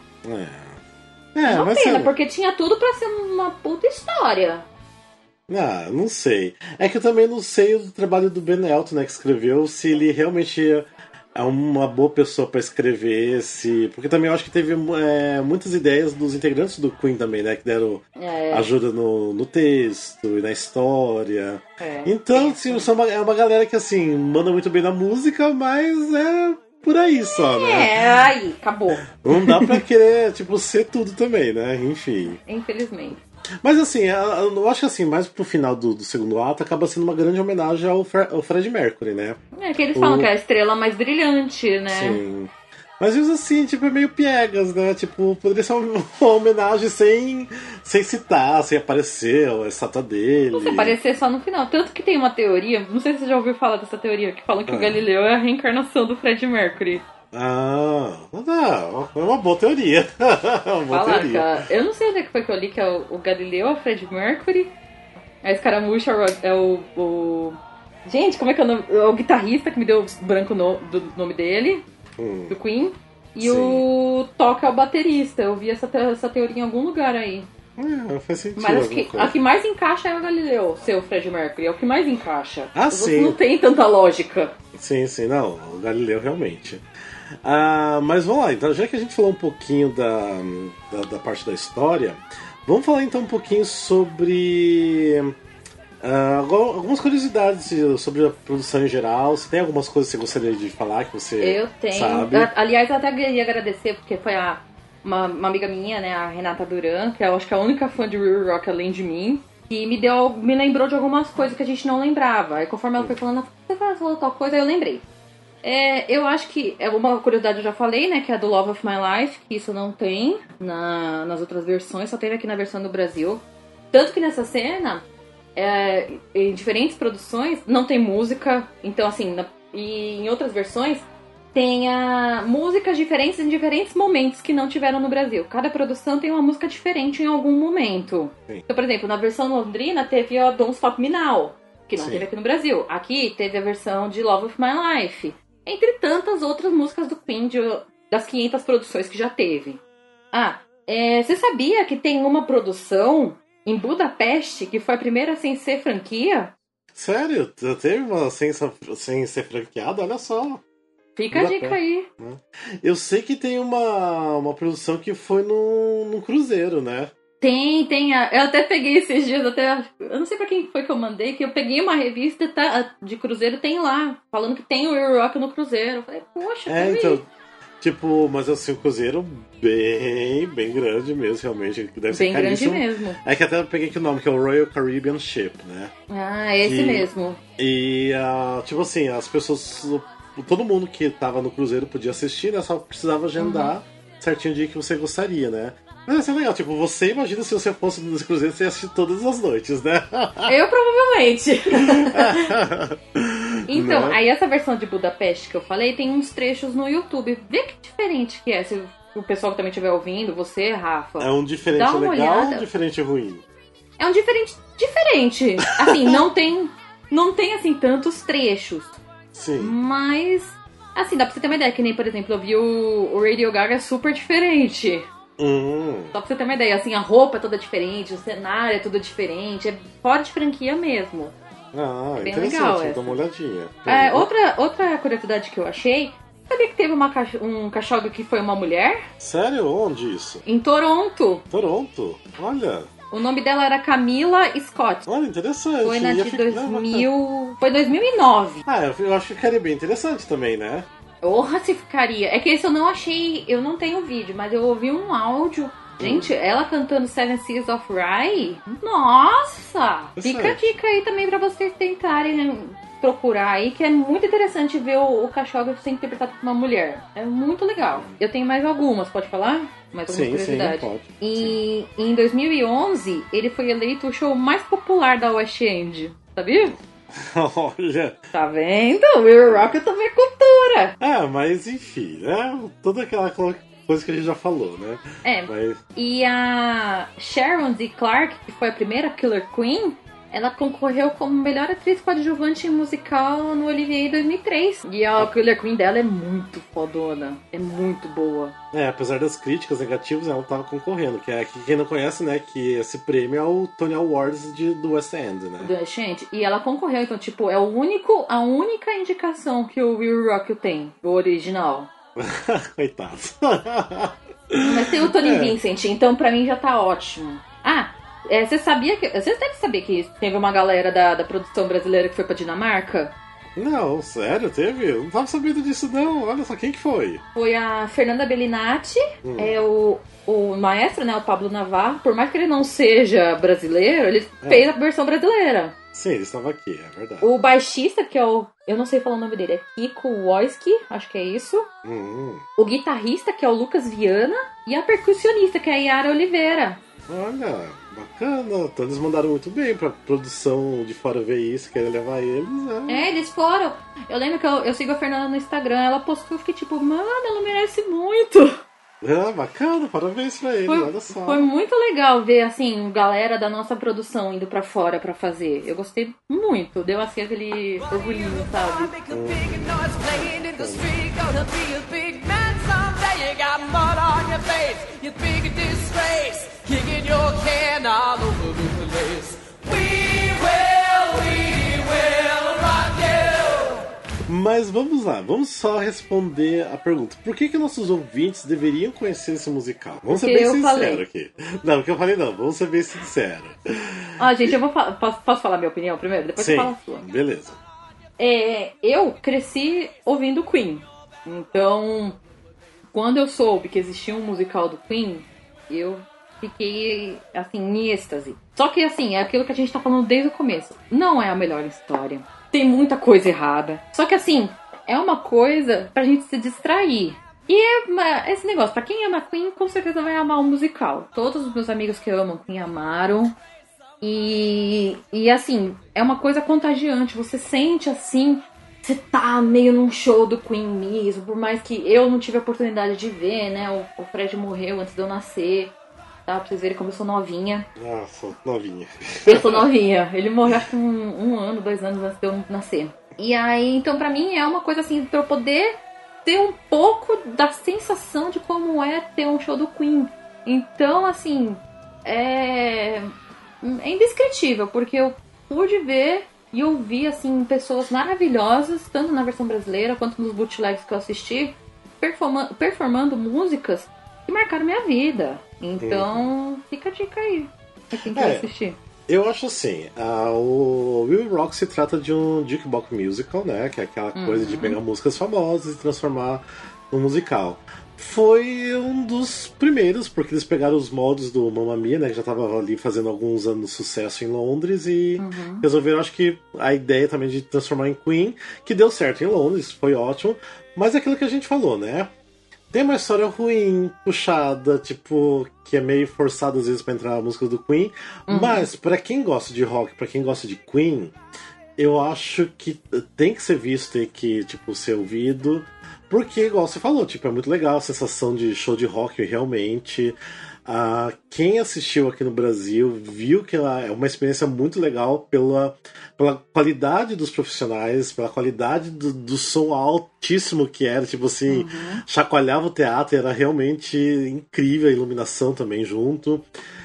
Uma pena, porque tinha tudo pra ser uma puta história. Não sei. É que eu também não sei o trabalho do Ben Elton, né, que escreveu, se ele realmente é uma boa pessoa pra escrever esse... Porque também eu acho que teve muitas ideias dos integrantes do Queen também, né, que deram ajuda no texto e na história. Então, assim, é uma galera que, assim, manda muito bem na música, mas é por aí só, né? Aí, acabou. Não dá pra querer, tipo, ser tudo também, né? Enfim. Infelizmente. Mas assim, eu acho que assim, mais pro final do segundo ato acaba sendo uma grande homenagem ao Freddie Mercury, né? Que eles falam que é a estrela mais brilhante, né? Sim. Mas mesmo assim, tipo, é meio piegas, né? Tipo, poderia ser uma homenagem sem citar, sem aparecer a estátua dele. Não sei, aparecer só no final. Tanto que tem uma teoria, não sei se você já ouviu falar dessa teoria, que falam que o Galileu é a reencarnação do Freddie Mercury. Não, é uma boa teoria. Uma boa teoria. Cara, eu não sei onde é que foi que eu li que é o Galileu, é o Freddie Mercury. A escaramucha é o... Gente, como é que é o nome? É o guitarrista que me deu o branco do nome dele, do Queen. E o Toca é o baterista. Eu vi essa teoria em algum lugar aí. Faz sentido. Mas acho que a que mais encaixa é o Galileu, ser o Freddie Mercury. É o que mais encaixa. Os outros sim. não tem tanta lógica. Sim, não. O Galileu realmente. Mas vamos lá, então, já que a gente falou um pouquinho da parte da história, vamos falar então um pouquinho sobre algumas curiosidades sobre a produção em geral. Se tem algumas coisas que você gostaria de falar que você Eu tenho. sabe? Aliás, eu até queria agradecer, porque foi uma amiga minha, né, a Renata Duran, que eu acho que é a única fã de Real Rock além de mim, que me lembrou de algumas coisas que a gente não lembrava. Aí conforme ela foi falando, você falou tal coisa, aí eu lembrei. Eu acho que uma curiosidade eu já falei, né, que é a do Love of My Life, que isso não tem nas outras versões, só teve aqui na versão do Brasil. Tanto que nessa cena, em diferentes produções, não tem música, então assim, e em outras versões, tem músicas diferentes em diferentes momentos que não tiveram no Brasil. Cada produção tem uma música diferente em algum momento. Sim. Então, por exemplo, na versão londrina teve a Don't Stop Me Now, que não teve aqui no Brasil. Aqui teve a versão de Love of My Life. Entre tantas outras músicas do Queen, das 500 produções que já teve. Você sabia que tem uma produção em Budapeste que foi a primeira sem ser franquia? Sério? Teve uma sem ser franqueada? Olha só. Fica a dica aí. Eu sei que tem uma produção que foi num cruzeiro, né? Tem. Eu até peguei esses dias, eu não sei pra quem foi que eu mandei, que eu peguei uma revista de cruzeiro, tem lá, falando que tem o Real Rock no cruzeiro. Eu falei, poxa, então, tipo, mas assim, o cruzeiro bem grande mesmo, realmente. Deve ser bem grande caríssimo. mesmo. É que até eu peguei aqui o nome, que é o Royal Caribbean Ship, né? Esse mesmo. E, tipo assim, as pessoas... Todo mundo que tava no cruzeiro podia assistir, né? Só precisava agendar certinho o dia que você gostaria, né? Mas assim, é legal, tipo, você imagina se você fosse nesse cruzeiro, você ia assistir todas as noites, né? Eu provavelmente. Então, Né? aí essa versão de Budapeste que eu falei, tem uns trechos no YouTube. Vê que diferente que é, se o pessoal que também estiver ouvindo, você, Rafa. É um diferente dá uma legal ou olhada. um diferente ruim? É um diferente. Assim, não tem assim tantos trechos. Sim. Mas, assim, dá pra você ter uma ideia. Que nem, por exemplo, eu vi o Radio Gaga é super diferente. Só pra você ter uma ideia. Assim, a roupa é toda diferente, o cenário é tudo diferente. É fora de franquia mesmo. É bem interessante, legal vou essa. dar uma olhadinha. Outra curiosidade que eu achei. Sabia que teve um cachorro que foi uma mulher? Sério? Onde isso? Em Toronto. Toronto? Olha. O nome dela era Camila Scott. Olha, interessante. Foi na Ia de ficar- 2000... Foi 2009. eu acho que ficaria bem interessante também, né? Porra, se ficaria. É que esse eu não achei... Eu não tenho vídeo, mas eu ouvi um áudio. Gente, ela cantando Seven Seas of Rye. Nossa! Fica a dica aí também pra vocês tentarem procurar aí, que é muito interessante ver o cachorro sendo interpretado por uma mulher. É muito legal. Eu tenho mais algumas, pode falar? Mais algumas curiosidades. pode. E em 2011, ele foi eleito o show mais popular da West End. Sabia? Olha. Tá vendo? O Real Rock também é cultura. Mas enfim, né? Toda aquela coisa que a gente já falou, né? Mas... E a Sharon D. Clarke, que foi a primeira Killer Queen, ela concorreu como melhor atriz coadjuvante em musical no Olivier em 2003. E a Killer Queen dela é muito fodona. É muito boa. Apesar das críticas negativas, ela tava concorrendo. Que quem não conhece, né? Que esse prêmio é o Tony Awards do West End, né? Gente, e ela concorreu, então, tipo, é a única indicação que o Will Rock tem, o original. Coitado. Mas tem o Tony Vincent, então pra mim já tá ótimo. Você sabia que... Você deve saber que teve uma galera da produção brasileira que foi pra Dinamarca? Não, sério, teve? Eu não tava sabendo disso, não. Olha só, quem que foi? Foi a Fernanda Bellinati, o maestro, né, o Pablo Navarro. Por mais que ele não seja brasileiro, ele fez a versão brasileira. Sim, ele estava aqui, é verdade. O baixista, que é o... Eu não sei falar o nome dele. É Kiko Wojski, acho que é isso. O guitarrista, que é o Lucas Viana. E a percussionista, que é a Yara Oliveira. Olha, bacana. Então eles mandaram muito bem pra produção de fora ver isso, querer levar eles, né? É, eles foram. Eu lembro que eu sigo a Fernanda no Instagram. Ela postou, eu fiquei tipo, mano, ela merece muito. Ah, bacana, parabéns pra eles, olha só. Foi muito legal ver, assim, galera da nossa produção indo pra fora pra fazer. Eu gostei muito. Deu assim aquele orgulhinho, sabe? Make a big noise playing in the street. Gonna be a big man someday. You got mud on your face. You big disgrace. Kicking your can all over the place. We will rock you. Mas vamos lá, vamos só responder a pergunta. Por que nossos ouvintes deveriam conhecer esse musical? Vamos ser Porque bem eu sinceros falei. aqui. Não, o que eu falei não, vamos ser bem sinceros. Ah, gente, eu vou posso falar minha opinião primeiro? Depois Sim, você fala a sua. beleza. Eu cresci ouvindo Queen. Então, quando eu soube que existia um musical do Queen, eu fiquei, assim, em êxtase. Só que, assim, é aquilo que a gente tá falando desde o começo. Não é a melhor história. Tem muita coisa errada. Só que, assim, é uma coisa pra gente se distrair. E esse negócio, pra quem ama Queen, com certeza vai amar o musical. Todos os meus amigos que amam Queen amaram. E assim, é uma coisa contagiante. Você sente assim, você tá meio num show do Queen mesmo. Por mais que eu não tive a oportunidade de ver, né? O Fred morreu antes de eu nascer. Tá? Pra vocês verem como eu sou novinha. Nossa, novinha. Eu sou novinha. Ele morreu acho que um ano, 2 anos antes de eu nascer. E aí, então pra mim é uma coisa assim, pra eu poder ter um pouco da sensação de como é ter um show do Queen. Então, assim, é indescritível, porque eu pude ver e ouvir, assim, pessoas maravilhosas, tanto na versão brasileira quanto nos bootlegs que eu assisti, performando músicas que marcaram minha vida. Então, fica a dica aí pra quem quer assistir. Eu acho assim, o Will Rock se trata de um jukebox musical, né? Que é aquela coisa de pegar músicas famosas e transformar num musical. Foi um dos primeiros, porque eles pegaram os moldes do Mamma Mia, né? Que já estava ali fazendo alguns anos de sucesso em Londres e resolveram, acho que, a ideia também de transformar em Queen, que deu certo em Londres, foi ótimo. Mas é aquilo que a gente falou, né? Tem uma história ruim, puxada, tipo, que é meio forçada às vezes pra entrar na música do Queen. Mas, pra quem gosta de rock, pra quem gosta de Queen, eu acho que tem que ser visto, tem que, tipo, ser ouvido. Porque, igual você falou, tipo, é muito legal a sensação de show de rock, realmente. Quem assistiu aqui no Brasil viu que ela é uma experiência muito legal pela qualidade dos profissionais, pela qualidade do som altíssimo que era, tipo assim, chacoalhava o teatro, era realmente incrível a iluminação também junto.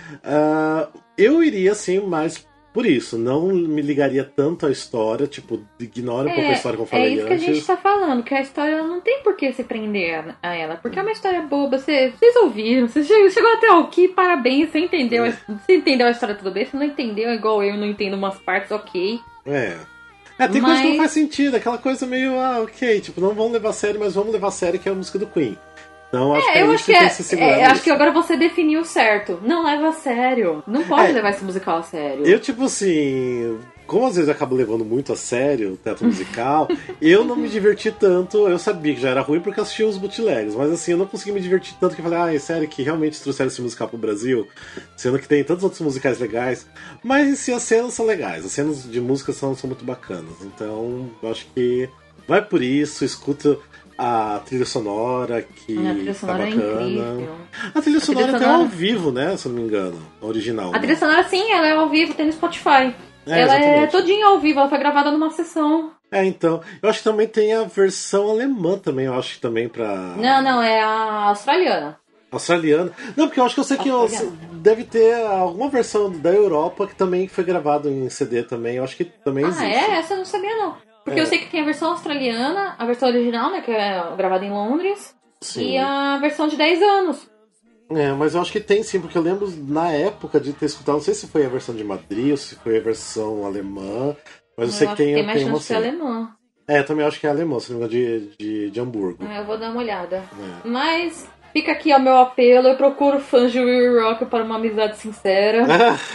Eu iria assim mais por isso, não me ligaria tanto à história, tipo, ignora um pouco a história que eu falei antes. É isso que a gente tá falando, que a história não tem por que se prender a ela, porque é uma história boba, vocês ouviram, você chegou até aqui, parabéns, você entendeu a história, tudo bem, você não entendeu, igual eu não entendo umas partes, ok. Tem coisa que não faz sentido, aquela coisa meio, ok, tipo, não vamos levar a sério, mas vamos levar a sério, que é a música do Queen. Então, acho que é isso que tem que se segurar. Acho que agora você definiu certo. Não leva a sério. Não pode levar esse musical a sério. Eu, tipo assim, como às vezes eu acabo levando muito a sério o teatro musical, eu não me diverti tanto. Eu sabia que já era ruim porque eu assisti os bootlegs, mas assim, eu não consegui me divertir tanto que eu falei, é sério que realmente trouxeram esse musical pro Brasil, sendo que tem tantos outros musicais legais. Mas em si, as cenas são legais, as cenas de música são muito bacanas. Então, eu acho que vai por isso, escuta a trilha sonora, que a trilha sonora tá bacana. é incrível. A trilha sonora até ao vivo, né? Se eu não me engano. A original. A trilha sonora, sim, ela é ao vivo, tem no Spotify. Ela exatamente. é todinha ao vivo, ela foi gravada numa sessão. Então. Eu acho que também tem a versão alemã também, eu acho que também pra... Não, é a australiana. Australiana? Não, porque eu acho que eu sei que deve ter alguma versão da Europa que também foi gravado em CD também. Eu acho que também existe. Essa eu não sabia não. Porque eu sei que tem a versão australiana, a versão original, né, que é gravada em Londres, e a versão de 10 anos. Mas eu acho que tem sim, porque eu lembro na época de ter escutado, não sei se foi a versão de Madrid ou se foi a versão alemã, mas eu sei que tem mais uma chance que é alemã. Também acho que é alemã, se não me engano, de Hamburgo. Eu vou dar uma olhada. Mas Fica aqui o meu apelo, eu procuro fãs de We Will Rock para uma amizade sincera.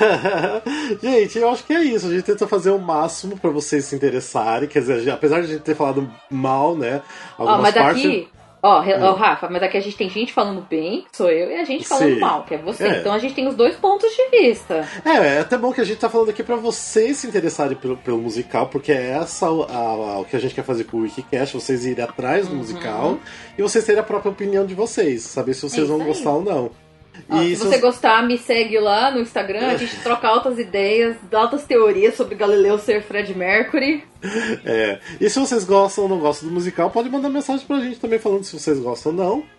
Gente, eu acho que é isso. A gente tenta fazer o máximo pra vocês se interessarem. Quer dizer, apesar de a gente ter falado mal, né? Algumas Mas partes... daqui... Rafa, mas aqui a gente tem gente falando bem, que sou eu, e a gente falando Sim. mal, que é você. Então a gente tem os dois pontos de vista. É até bom que a gente tá falando aqui pra vocês se interessarem pelo musical, porque é essa o que a gente quer fazer com o Wikicast, vocês irem atrás do musical e vocês terem a própria opinião de vocês, saber se vocês vão gostar ou não. Se você gostar, me segue lá no Instagram, a gente troca altas ideias, altas teorias sobre Galileu ser Fred Mercury. E se vocês gostam ou não gostam do musical, pode mandar mensagem pra gente também falando se vocês gostam ou não.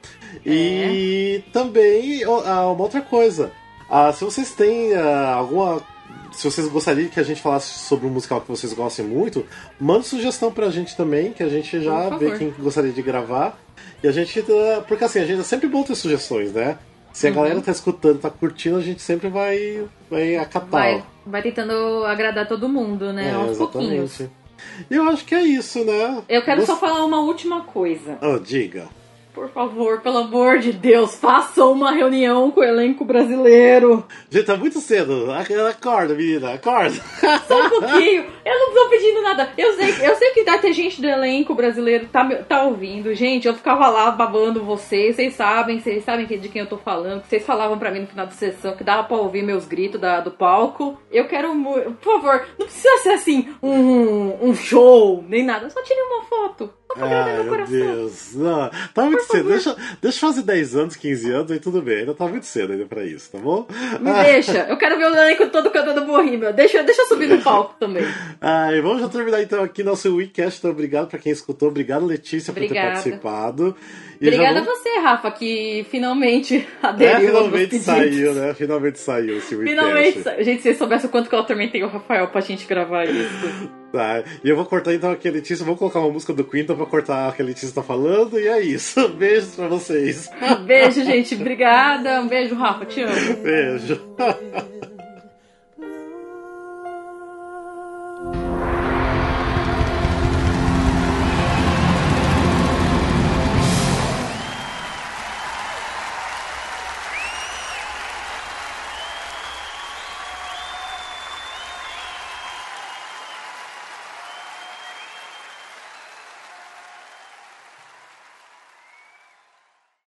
E também uma outra coisa, se vocês têm se vocês gostariam que a gente falasse sobre um musical que vocês gostem muito, manda sugestão pra gente também, que a gente já vê quem gostaria de gravar. E a gente, porque assim, a gente é sempre bom ter sugestões, né? Se a galera tá escutando, tá curtindo, a gente sempre vai acatar. Vai tentando agradar todo mundo, né? Aos pouquinhos. E eu acho que é isso, né? Eu quero só falar uma última coisa. Diga. Por favor, pelo amor de Deus, façam uma reunião com o elenco brasileiro. Gente, tá muito cedo. Acorda, menina, acorda. Só um pouquinho. Eu não tô pedindo nada. Eu sei que deve ter gente do elenco brasileiro tá ouvindo. Gente, eu ficava lá babando vocês. Vocês sabem de quem eu tô falando. Vocês falavam pra mim no final da sessão que dava pra ouvir meus gritos do palco. Eu quero, por favor, não precisa ser assim um show, nem nada. Só tire uma foto. Ai, meu Deus. Não, tá muito cedo. Deixa eu fazer 10 anos, 15 anos, aí tudo bem. Ainda tá muito cedo ainda pra isso, tá bom? Me deixa. Eu quero ver o elenco todo cantando Bohemian. Deixa eu subir no palco também. E vamos já terminar então aqui nosso Wikicast. Então, obrigado pra quem escutou. Obrigado, Letícia, por ter participado. Obrigada a você, Rafa, que finalmente aderiu. Finalmente saiu, né? Finalmente saiu esse Wikicast. Finalmente saiu. Gente, se vocês soubessem o quanto que eu atormentei o Rafael pra gente gravar isso. Tá, e eu vou cortar então aqui a Letícia, vou colocar uma música do Queen então pra cortar o que a Letícia tá falando, e é isso. Beijos pra vocês. Beijo, gente. Obrigada. Um beijo, Rafa. Te amo. Beijo.